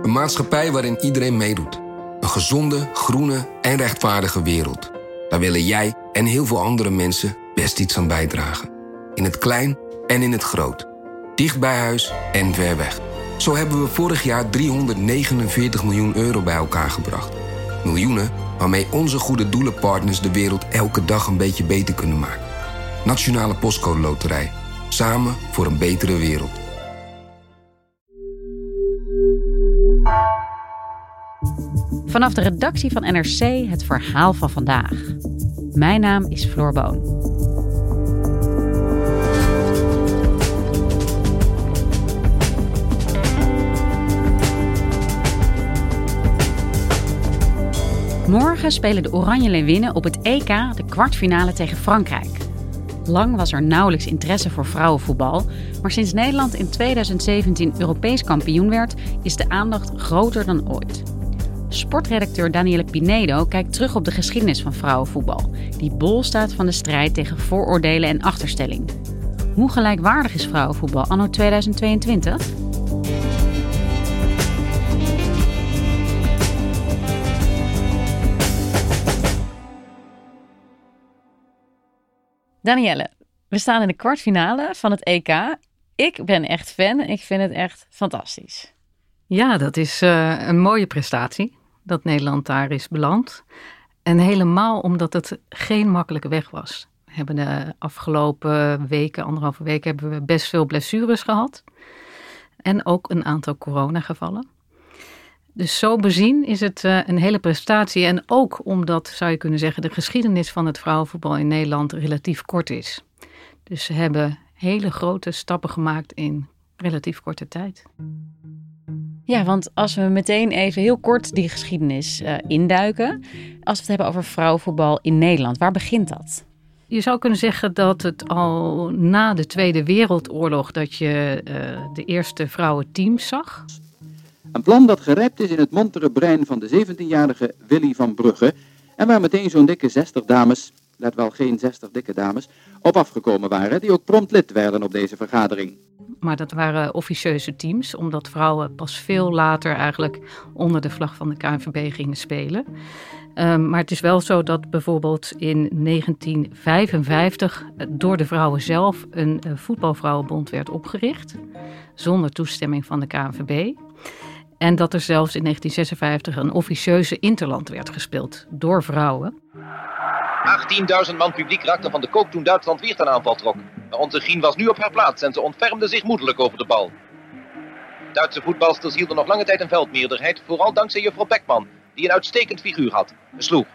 Een maatschappij waarin iedereen meedoet. Een gezonde, groene en rechtvaardige wereld. Daar willen jij en heel veel andere mensen best iets aan bijdragen. In het klein en in het groot. Dicht bij huis en ver weg. Zo hebben we vorig jaar 349 miljoen euro bij elkaar gebracht. Miljoenen waarmee onze goede doelenpartners de wereld elke dag een beetje beter kunnen maken. Nationale Postcode Loterij. Samen voor een betere wereld. Vanaf de redactie van NRC het verhaal van vandaag. Mijn naam is Floor Boon. Morgen spelen de Oranje Leeuwinnen op het EK de kwartfinale tegen Frankrijk. Lang was er nauwelijks interesse voor vrouwenvoetbal, maar sinds Nederland in 2017 Europees kampioen werd, is de aandacht groter dan ooit. Sportredacteur Danielle Pinedo kijkt terug op de geschiedenis van vrouwenvoetbal, die bol staat van de strijd tegen vooroordelen en achterstelling. Hoe gelijkwaardig is vrouwenvoetbal anno 2022? Danielle, we staan in de kwartfinale van het EK. Ik ben echt fan en ik vind het echt fantastisch. Ja, dat is een mooie prestatie dat Nederland daar is beland. En helemaal omdat het geen makkelijke weg was. We hebben de afgelopen weken, 1,5 week, hebben we best veel blessures gehad. En ook een aantal coronagevallen. Dus zo bezien is het een hele prestatie. En ook omdat, zou je kunnen zeggen, de geschiedenis van het vrouwenvoetbal in Nederland relatief kort is. Dus ze hebben hele grote stappen gemaakt in relatief korte tijd. Ja, want als we meteen even heel kort die geschiedenis induiken. Als we het hebben over vrouwenvoetbal in Nederland, waar begint dat? Je zou kunnen zeggen dat het al na de Tweede Wereldoorlog dat je de eerste vrouwenteams zag. Een plan dat gerijpt is in het montere brein van de 17-jarige Willy van Brugge en waar meteen zo'n dikke 60 dames, let wel geen 60 dikke dames, op afgekomen waren, die ook prompt lid werden op deze vergadering. Maar dat waren officieuze teams, omdat vrouwen pas veel later eigenlijk onder de vlag van de KNVB gingen spelen. Maar het is wel zo dat bijvoorbeeld in 1955 door de vrouwen zelf een voetbalvrouwenbond werd opgericht, zonder toestemming van de KNVB. En dat er zelfs in 1956 een officieuze interland werd gespeeld door vrouwen. 18.000 man publiek raakte van de kook toen Duitsland weer ten aanval trok. Maar onze Gien was nu op haar plaats en ze ontfermde zich moedelijk over de bal. Duitse voetbalsters hielden nog lange tijd een veldmeerderheid, vooral dankzij juffrouw Beckman, die een uitstekend figuur had. Sloeg.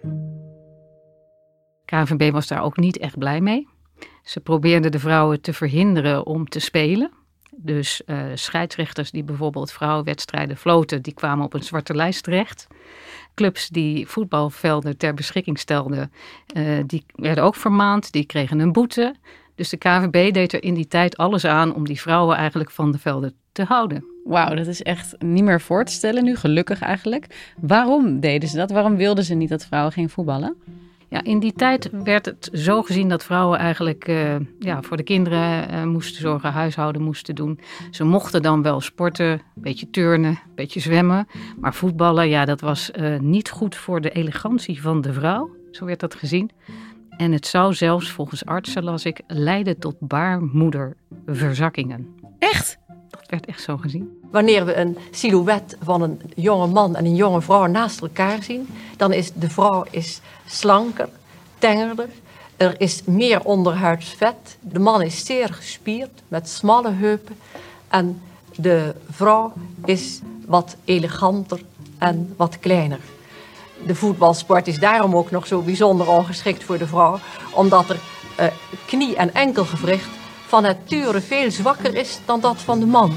KNVB was daar ook niet echt blij mee. Ze probeerden de vrouwen te verhinderen om te spelen. Dus scheidsrechters die bijvoorbeeld vrouwenwedstrijden floten, die kwamen op een zwarte lijst terecht. Clubs die voetbalvelden ter beschikking stelden, die werden ook vermaand, die kregen een boete. Dus de KNVB deed er in die tijd alles aan om die vrouwen eigenlijk van de velden te houden. Wauw, dat is echt niet meer voor te stellen nu, gelukkig eigenlijk. Waarom deden ze dat? Waarom wilden ze niet dat vrouwen gingen voetballen? Ja, in die tijd werd het zo gezien dat vrouwen eigenlijk voor de kinderen moesten zorgen, huishouden moesten doen. Ze mochten dan wel sporten, een beetje turnen, een beetje zwemmen. Maar voetballen, ja, dat was niet goed voor de elegantie van de vrouw. Zo werd dat gezien. En het zou zelfs, volgens artsen las ik, leiden tot baarmoederverzakkingen. Echt? Dat werd echt zo gezien. Wanneer we een silhouet van een jonge man en een jonge vrouw naast elkaar zien, dan is de vrouw slanker, tengerder. Er is meer onderhuids vet. De man is zeer gespierd, met smalle heupen. En de vrouw is wat eleganter en wat kleiner. De voetbalsport is daarom ook nog zo bijzonder ongeschikt voor de vrouw, omdat er knie- en enkelgewricht van nature veel zwakker is dan dat van de man.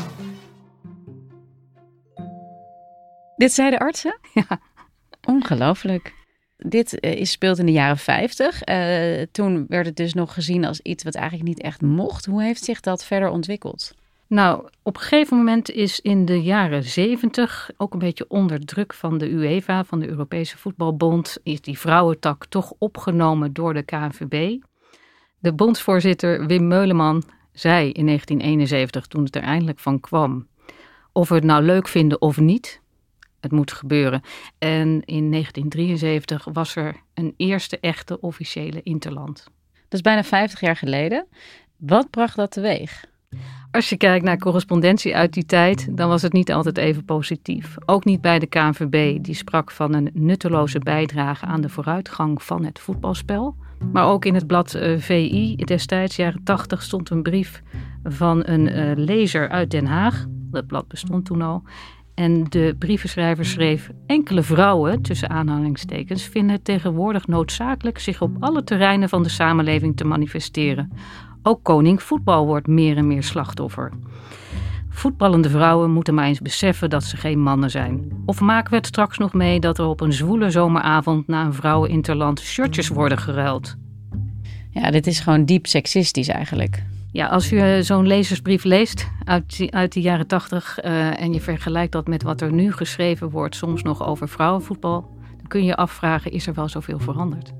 Dit zeiden artsen? Ja. Ongelooflijk. Dit speelt in de jaren 50. Toen werd het dus nog gezien als iets wat eigenlijk niet echt mocht. Hoe heeft zich dat verder ontwikkeld? Nou, op een gegeven moment is in de jaren 70, ook een beetje onder druk van de UEFA, van de Europese Voetbalbond, is die vrouwentak toch opgenomen door de KNVB. De bondsvoorzitter Wim Meuleman zei in 1971, toen het er eindelijk van kwam, Of we het nou leuk vinden of niet, het moet gebeuren. En in 1973 was er een eerste echte officiële interland. Dat is bijna 50 jaar geleden. Wat bracht dat teweeg? Als je kijkt naar correspondentie uit die tijd, dan was het niet altijd even positief. Ook niet bij de KNVB, die sprak van een nutteloze bijdrage aan de vooruitgang van het voetbalspel. Maar ook in het blad VI, destijds jaren 80, stond een brief van een lezer uit Den Haag. Dat blad bestond toen al. En de brievenschrijver schreef: enkele vrouwen, tussen aanhalingstekens, vinden het tegenwoordig noodzakelijk zich op alle terreinen van de samenleving te manifesteren. Ook koning voetbal wordt meer en meer slachtoffer. Voetballende vrouwen moeten maar eens beseffen dat ze geen mannen zijn. Of maken we het straks nog mee dat er op een zwoele zomeravond na een vrouweninterland shirtjes worden geruild? Ja, dit is gewoon diep seksistisch eigenlijk. Ja, als je zo'n lezersbrief leest uit de jaren 80 en je vergelijkt dat met wat er nu geschreven wordt, soms nog over vrouwenvoetbal, dan kun je je afvragen, is er wel zoveel veranderd?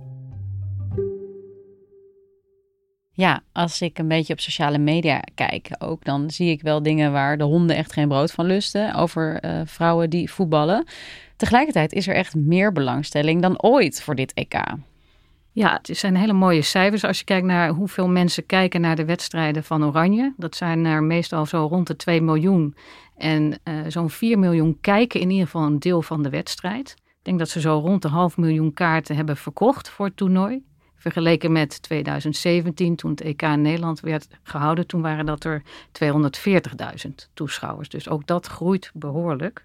Ja, als ik een beetje op sociale media kijk ook, dan zie ik wel dingen waar de honden echt geen brood van lusten over vrouwen die voetballen. Tegelijkertijd is er echt meer belangstelling dan ooit voor dit EK. Ja, het zijn hele mooie cijfers. Als je kijkt naar hoeveel mensen kijken naar de wedstrijden van Oranje. Dat zijn er meestal zo rond de 2 miljoen. En zo'n 4 miljoen kijken in ieder geval een deel van de wedstrijd. Ik denk dat ze zo rond de 500.000 kaarten hebben verkocht voor het toernooi. Vergeleken met 2017, toen het EK in Nederland werd gehouden. Toen waren dat er 240.000 toeschouwers. Dus ook dat groeit behoorlijk.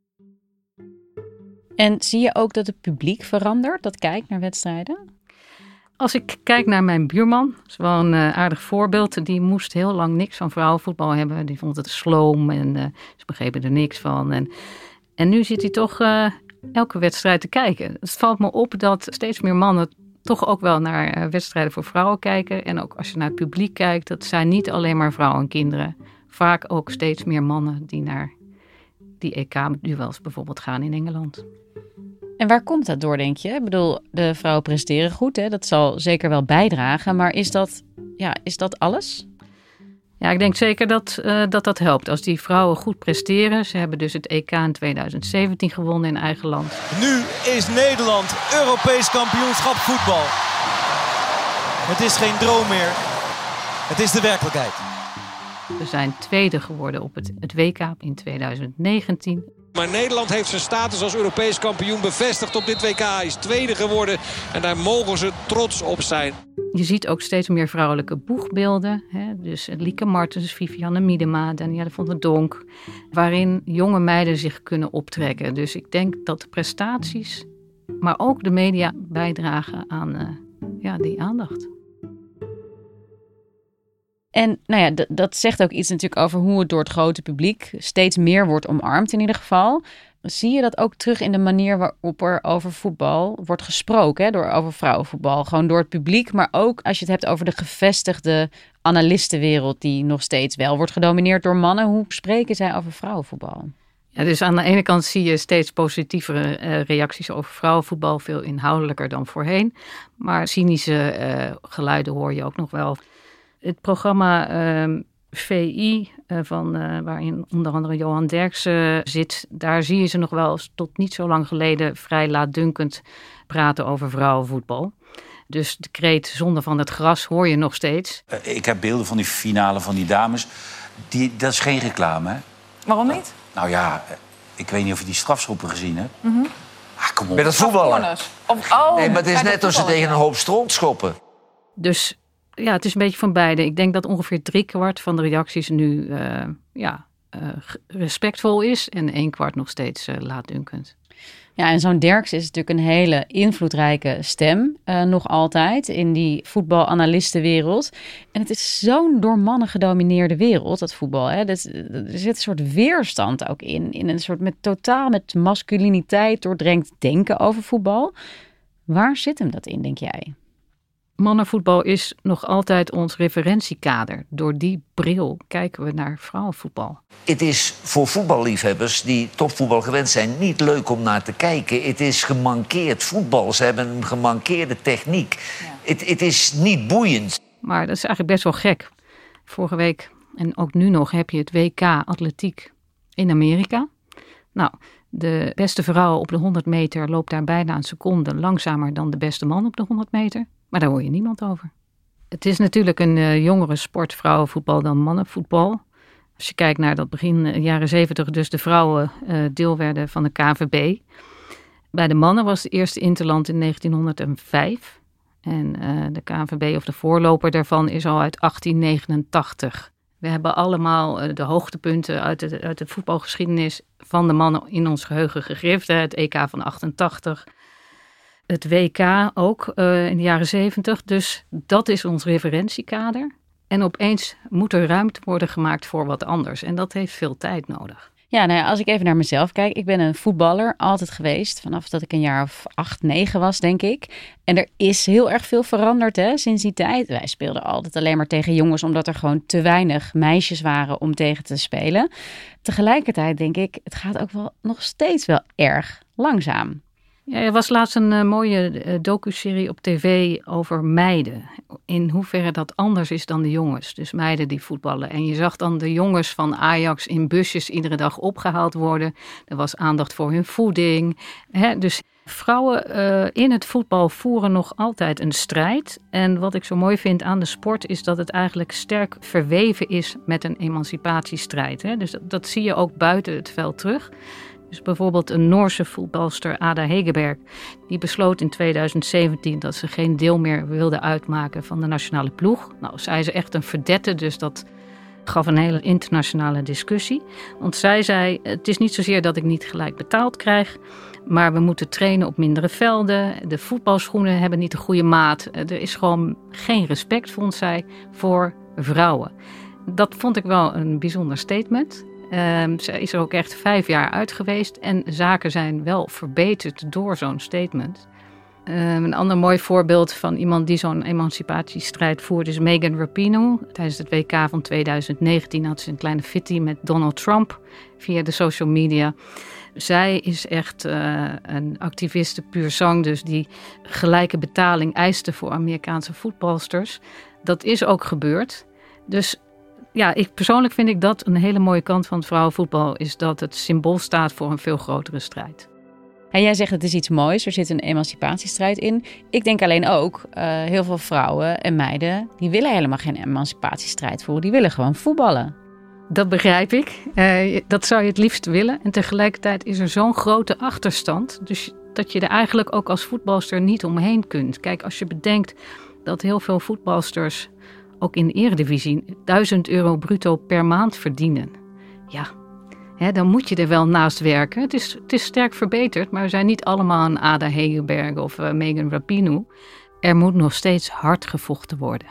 En zie je ook dat het publiek verandert, dat kijkt naar wedstrijden? Als ik kijk naar mijn buurman, dat is wel een aardig voorbeeld. Die moest heel lang niks van vrouwenvoetbal hebben. Die vond het sloom en ze begrepen er niks van. En nu zit hij toch elke wedstrijd te kijken. Het valt me op dat steeds meer mannen toch ook wel naar wedstrijden voor vrouwen kijken. En ook als je naar het publiek kijkt, dat zijn niet alleen maar vrouwen en kinderen. Vaak ook steeds meer mannen die naar die EK-duels bijvoorbeeld gaan in Engeland. En waar komt dat door, denk je? Ik bedoel, de vrouwen presteren goed, hè? Dat zal zeker wel bijdragen. Maar is dat alles? Ja, ik denk zeker dat helpt. Als die vrouwen goed presteren. Ze hebben dus het EK in 2017 gewonnen in eigen land. Nu is Nederland Europees kampioenschap voetbal. Het is geen droom meer. Het is de werkelijkheid. We zijn tweede geworden op het WK in 2019. Maar Nederland heeft zijn status als Europees kampioen bevestigd op dit WK. Hij is tweede geworden en daar mogen ze trots op zijn. Je ziet ook steeds meer vrouwelijke boegbeelden. Hè? Dus Lieke Martens, Vivianne Miedema, Danielle van der Donk. Waarin jonge meiden zich kunnen optrekken. Dus ik denk dat de prestaties, maar ook de media bijdragen aan die aandacht. En nou ja, dat zegt ook iets natuurlijk over hoe het door het grote publiek steeds meer wordt omarmd in ieder geval. Zie je dat ook terug in de manier waarop er over voetbal wordt gesproken, hè? Over vrouwenvoetbal, gewoon door het publiek. Maar ook als je het hebt over de gevestigde analistenwereld die nog steeds wel wordt gedomineerd door mannen. Hoe spreken zij over vrouwenvoetbal? Ja, dus aan de ene kant zie je steeds positievere reacties over vrouwenvoetbal, veel inhoudelijker dan voorheen. Maar cynische geluiden hoor je ook nog wel. Het programma VI, waarin onder andere Johan Derksen zit, daar zie je ze nog wel tot niet zo lang geleden vrij laatdunkend praten over vrouwenvoetbal. Dus de kreet zonde van het gras hoor je nog steeds. Ik heb beelden van die finale van die dames. Dat is geen reclame, hè? Waarom niet? Nou ja, ik weet niet of je die strafschoppen gezien hebt. Mm-hmm. Kom op. Met het voetballen? Nee, maar het is net als ze tegen een hoop stront schoppen. Dus ja, het is een beetje van beide. Ik denk dat ongeveer 3/4 van de reacties nu respectvol is en 1/4 nog steeds laatdunkend. Ja, en zo'n Derksen is natuurlijk een hele invloedrijke stem nog altijd in die voetbalanalystenwereld. En het is zo'n door mannen gedomineerde wereld, dat voetbal. Hè? Er zit een soort weerstand ook in een soort met masculiniteit doordrenkt denken over voetbal. Waar zit hem dat in, denk jij? Mannenvoetbal is nog altijd ons referentiekader. Door die bril kijken we naar vrouwenvoetbal. Het is voor voetballiefhebbers die topvoetbal gewend zijn niet leuk om naar te kijken. Het is gemankeerd voetbal. Ze hebben een gemankeerde techniek. Ja. Het is niet boeiend. Maar dat is eigenlijk best wel gek. Vorige week en ook nu nog heb je het WK atletiek in Amerika. Nou, de beste vrouw op de 100 meter loopt daar bijna een seconde langzamer dan de beste man op de 100 meter. Maar daar hoor je niemand over. Het is natuurlijk een jongere sport, vrouwenvoetbal, dan mannenvoetbal. Als je kijkt naar dat begin jaren 70, dus de vrouwen deel werden van de KNVB. Bij de mannen was het eerste interland in 1905. En de KNVB, of de voorloper daarvan, is al uit 1889. We hebben allemaal de hoogtepunten uit de voetbalgeschiedenis van de mannen in ons geheugen gegrift. Het EK van 88, het WK ook in de jaren 70. Dus dat is ons referentiekader. En opeens moet er ruimte worden gemaakt voor wat anders. En dat heeft veel tijd nodig. Ja, nou ja, als ik even naar mezelf kijk. Ik ben een voetballer, altijd geweest. Vanaf dat ik een jaar of 8, 9 was, denk ik. En er is heel erg veel veranderd sinds die tijd. Wij speelden altijd alleen maar tegen jongens, omdat er gewoon te weinig meisjes waren om tegen te spelen. Tegelijkertijd denk ik, het gaat ook wel nog steeds wel erg langzaam. Ja, er was laatst een mooie docuserie op tv over meiden. In hoeverre dat anders is dan de jongens. Dus meiden die voetballen. En je zag dan de jongens van Ajax in busjes iedere dag opgehaald worden. Er was aandacht voor hun voeding. Dus vrouwen in het voetbal voeren nog altijd een strijd. En wat ik zo mooi vind aan de sport is dat het eigenlijk sterk verweven is met een emancipatiestrijd. Dus dat zie je ook buiten het veld terug. Dus bijvoorbeeld een Noorse voetbalster, Ada Hegerberg, die besloot in 2017 dat ze geen deel meer wilde uitmaken van de nationale ploeg. Nou, zij is echt een verdette, dus dat gaf een hele internationale discussie. Want zij zei, het is niet zozeer dat ik niet gelijk betaald krijg, maar we moeten trainen op mindere velden. De voetbalschoenen hebben niet de goede maat. Er is gewoon geen respect, vond zij, voor vrouwen. Dat vond ik wel een bijzonder statement. Ze is er ook echt 5 jaar uit geweest en zaken zijn wel verbeterd door zo'n statement. Een ander mooi voorbeeld van iemand die zo'n emancipatiestrijd voert is Megan Rapinoe. Tijdens het WK van 2019 had ze een kleine fitty met Donald Trump via de social media. Zij is echt een activiste puur zang, dus die gelijke betaling eiste voor Amerikaanse voetbalsters. Dat is ook gebeurd. Dus ja, persoonlijk vind ik dat een hele mooie kant van het vrouwenvoetbal is dat het symbool staat voor een veel grotere strijd. En jij zegt het is iets moois, er zit een emancipatiestrijd in. Ik denk alleen ook, heel veel vrouwen en meiden, die willen helemaal geen emancipatiestrijd voeren. Die willen gewoon voetballen. Dat begrijp ik. Dat zou je het liefst willen. En tegelijkertijd is er zo'n grote achterstand. Dus dat je er eigenlijk ook als voetbalster niet omheen kunt. Kijk, als je bedenkt dat heel veel voetbalsters ook in de Eredivisie €1.000 bruto per maand verdienen. Ja, dan moet je er wel naast werken. Het is sterk verbeterd, maar we zijn niet allemaal een Ada Hegerberg of Megan Rapinoe. Er moet nog steeds hard gevochten worden.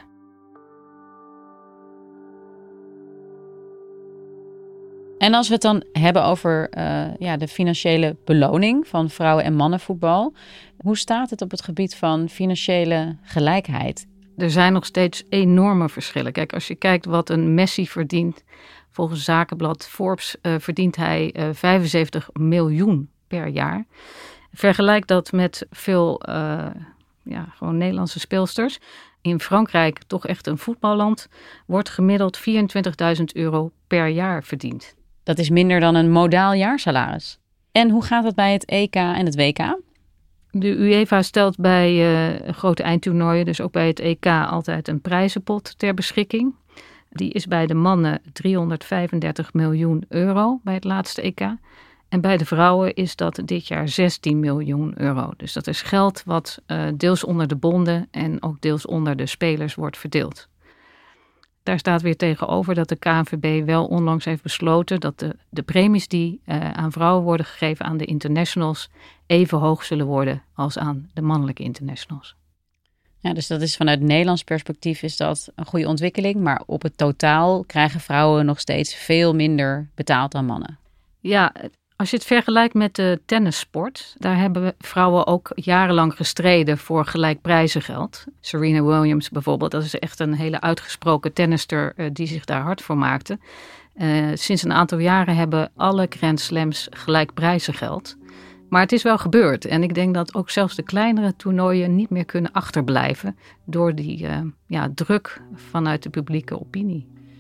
En als we het dan hebben over de financiële beloning van vrouwen- en mannenvoetbal. Hoe staat het op het gebied van financiële gelijkheid? Er zijn nog steeds enorme verschillen. Kijk, als je kijkt wat een Messi verdient, volgens zakenblad Forbes verdient hij 75 miljoen per jaar. Vergelijk dat met veel gewoon Nederlandse speelsters. In Frankrijk, toch echt een voetballand, wordt gemiddeld €24.000 per jaar verdiend. Dat is minder dan een modaal jaarsalaris. En hoe gaat het bij het EK en het WK? De UEFA stelt bij grote eindtoernooien, dus ook bij het EK, altijd een prijzenpot ter beschikking. Die is bij de mannen €335 miljoen bij het laatste EK. En bij de vrouwen is dat dit jaar €16 miljoen. Dus dat is geld wat deels onder de bonden en ook deels onder de spelers wordt verdeeld. Daar staat weer tegenover dat de KNVB wel onlangs heeft besloten dat de premies die aan vrouwen worden gegeven aan de internationals even hoog zullen worden als aan de mannelijke internationals. Ja, dus dat is vanuit Nederlands perspectief is dat een goede ontwikkeling, maar op het totaal krijgen vrouwen nog steeds veel minder betaald dan mannen. Ja, als je het vergelijkt met de tennissport, daar hebben vrouwen ook jarenlang gestreden voor gelijk prijzengeld. Serena Williams bijvoorbeeld, dat is echt een hele uitgesproken tennister die zich daar hard voor maakte. Sinds een aantal jaren hebben alle Grand Slams gelijk prijzengeld. Maar het is wel gebeurd en ik denk dat ook zelfs de kleinere toernooien niet meer kunnen achterblijven door die druk vanuit de publieke opinie.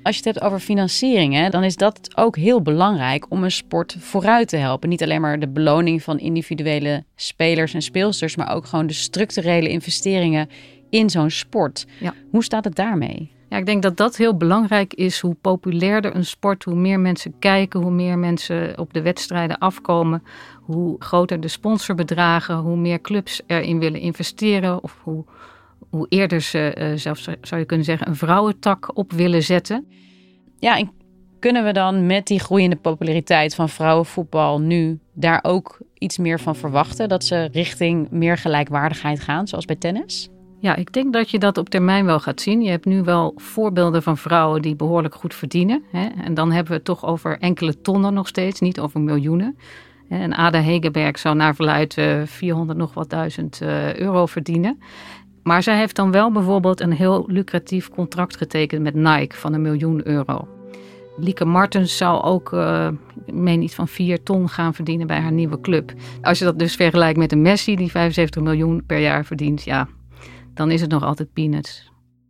Als je het hebt over financiering, hè, dan is dat ook heel belangrijk om een sport vooruit te helpen. Niet alleen maar de beloning van individuele spelers en speelsters, maar ook gewoon de structurele investeringen in zo'n sport. Ja. Hoe staat het daarmee? Ja, ik denk dat dat heel belangrijk is. Hoe populairder een sport, hoe meer mensen kijken, hoe meer mensen op de wedstrijden afkomen, hoe groter de sponsorbedragen, hoe meer clubs erin willen investeren of hoe eerder ze zelfs, zou je kunnen zeggen, een vrouwentak op willen zetten. Ja, en kunnen we dan met die groeiende populariteit van vrouwenvoetbal nu daar ook iets meer van verwachten? Dat ze richting meer gelijkwaardigheid gaan, zoals bij tennis? Ja, ik denk dat je dat op termijn wel gaat zien. Je hebt nu wel voorbeelden van vrouwen die behoorlijk goed verdienen. Hè? En dan hebben we het toch over enkele tonnen nog steeds, niet over miljoenen. En Ada Hegerberg zou naar verluidt 400 nog wat duizend euro verdienen. Maar zij heeft dan wel bijvoorbeeld een heel lucratief contract getekend met Nike van €1 miljoen. Lieke Martens zou ook, ik meen iets van 4 ton gaan verdienen bij haar nieuwe club. Als je dat dus vergelijkt met een Messi die 75 miljoen per jaar verdient, ja, dan is het nog altijd peanuts.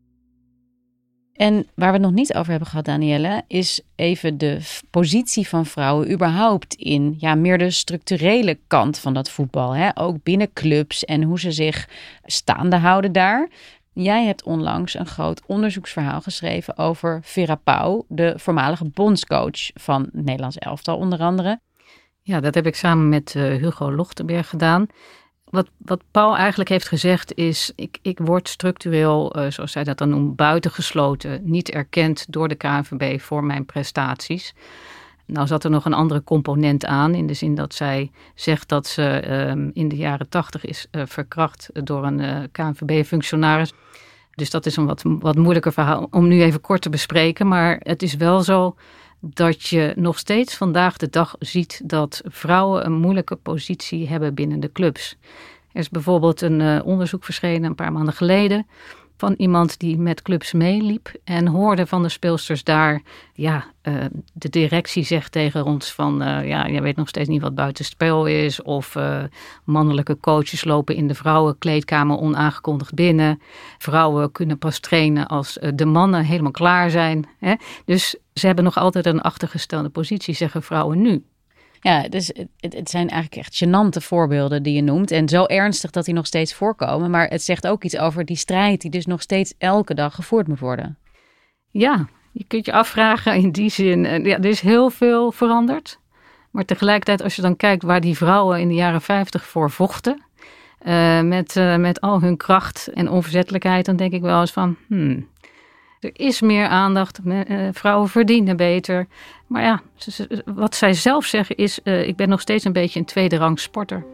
En waar we het nog niet over hebben gehad, Danielle, is even de positie van vrouwen überhaupt in meer de structurele kant van dat voetbal. Hè? Ook binnen clubs en hoe ze zich staande houden daar. Jij hebt onlangs een groot onderzoeksverhaal geschreven over Vera Pauw, de voormalige bondscoach van het Nederlands elftal onder andere. Ja, dat heb ik samen met Hugo Lochtenberg gedaan. Wat Pauw eigenlijk heeft gezegd is, ik word structureel, zoals zij dat dan noemt, buitengesloten, niet erkend door de KNVB voor mijn prestaties. Nou zat er nog een andere component aan, in de zin dat zij zegt dat ze in de jaren 80 is verkracht door een KNVB-functionaris. Dus dat is een wat moeilijker verhaal om nu even kort te bespreken. Maar het is wel zo dat je nog steeds vandaag de dag ziet dat vrouwen een moeilijke positie hebben binnen de clubs. Er is bijvoorbeeld een onderzoek verschenen een paar maanden geleden van iemand die met clubs meeliep en hoorde van de speelsters daar, de directie zegt tegen ons van, jij weet nog steeds niet wat buitenspel is, of mannelijke coaches lopen in de vrouwenkleedkamer onaangekondigd binnen. Vrouwen kunnen pas trainen als de mannen helemaal klaar zijn. Hè? Dus ze hebben nog altijd een achtergestelde positie, zeggen vrouwen nu. Ja, dus het zijn eigenlijk echt gênante voorbeelden die je noemt. En zo ernstig dat die nog steeds voorkomen. Maar het zegt ook iets over die strijd die dus nog steeds elke dag gevoerd moet worden. Ja, je kunt je afvragen in die zin. Er is heel veel veranderd. Maar tegelijkertijd als je dan kijkt waar die vrouwen in de jaren 50 voor vochten. Met al hun kracht en onverzettelijkheid. Dan denk ik wel eens van, er is meer aandacht, vrouwen verdienen beter. Maar ja, wat zij zelf zeggen is, ik ben nog steeds een beetje een tweederangs sporter.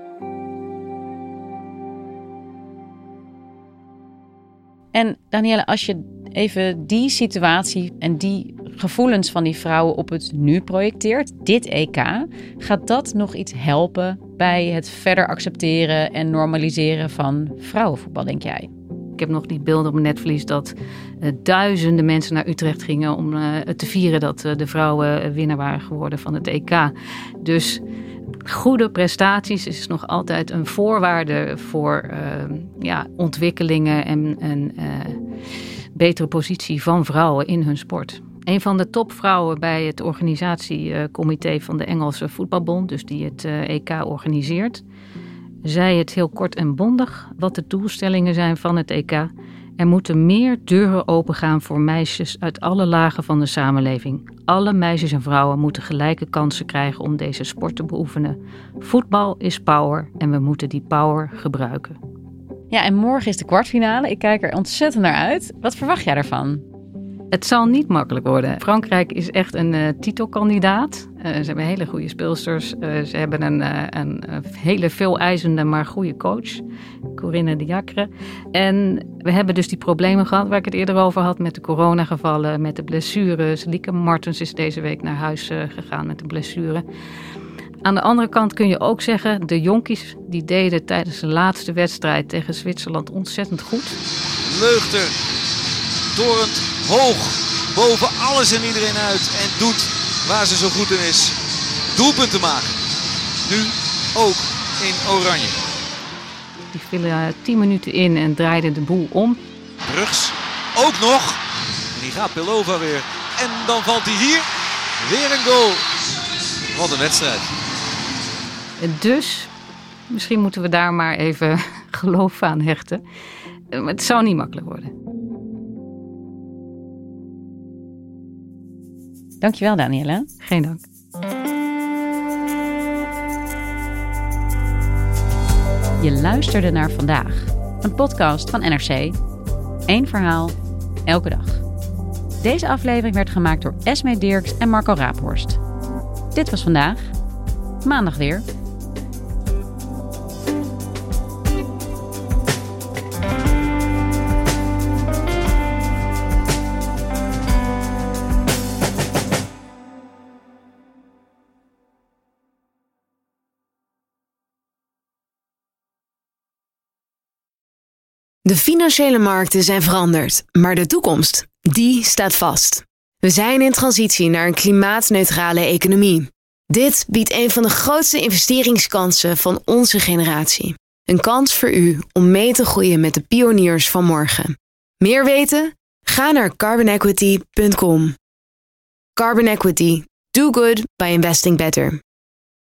En Danielle, als je even die situatie en die gevoelens van die vrouwen op het nu projecteert, dit EK, gaat dat nog iets helpen bij het verder accepteren en normaliseren van vrouwenvoetbal, denk jij? Ik heb nog die beelden op mijn netvlies dat duizenden mensen naar Utrecht gingen om te vieren dat de vrouwen winnaar waren geworden van het EK. Dus goede prestaties is nog altijd een voorwaarde voor ontwikkelingen en betere positie van vrouwen in hun sport. Een van de topvrouwen bij het organisatiecomité van de Engelse Voetbalbond, dus die het EK organiseert, zei het heel kort en bondig wat de doelstellingen zijn van het EK. Er moeten meer deuren opengaan voor meisjes uit alle lagen van de samenleving. Alle meisjes en vrouwen moeten gelijke kansen krijgen om deze sport te beoefenen. Voetbal is power en we moeten die power gebruiken. Ja, en morgen is de kwartfinale. Ik kijk er ontzettend naar uit. Wat verwacht jij daarvan? Het zal niet makkelijk worden. Frankrijk is echt een titelkandidaat. Ze hebben hele goede speelsters. Ze hebben een hele veeleisende, maar goede coach. Corinne Diacre. En we hebben dus die problemen gehad waar ik het eerder over had met de coronagevallen, met de blessures. Lieke Martens is deze week naar huis gegaan met een blessure. Aan de andere kant kun je ook zeggen, de jonkies die deden tijdens de laatste wedstrijd tegen Zwitserland ontzettend goed. Leugter, torend hoog, boven alles en iedereen uit en doet waar ze zo goed in is. Doelpunten maken. Nu ook in oranje. Die vielen 10 minuten in en draaiden de boel om. Brugs ook nog. En die gaat Pelova weer. En dan valt hij hier. Weer een goal. Wat een wedstrijd. Dus misschien moeten we daar maar even geloof aan hechten. Het zou niet makkelijk worden. Dankjewel, Danielle. Geen dank. Je luisterde naar Vandaag, een podcast van NRC. Eén verhaal, elke dag. Deze aflevering werd gemaakt door Esme Dirks en Marco Raaphorst. Dit was Vandaag. Maandag weer. De financiële markten zijn veranderd, maar de toekomst, die staat vast. We zijn in transitie naar een klimaatneutrale economie. Dit biedt een van de grootste investeringskansen van onze generatie. Een kans voor u om mee te groeien met de pioniers van morgen. Meer weten? Ga naar carbonequity.com. Carbon Equity. Do good by investing better.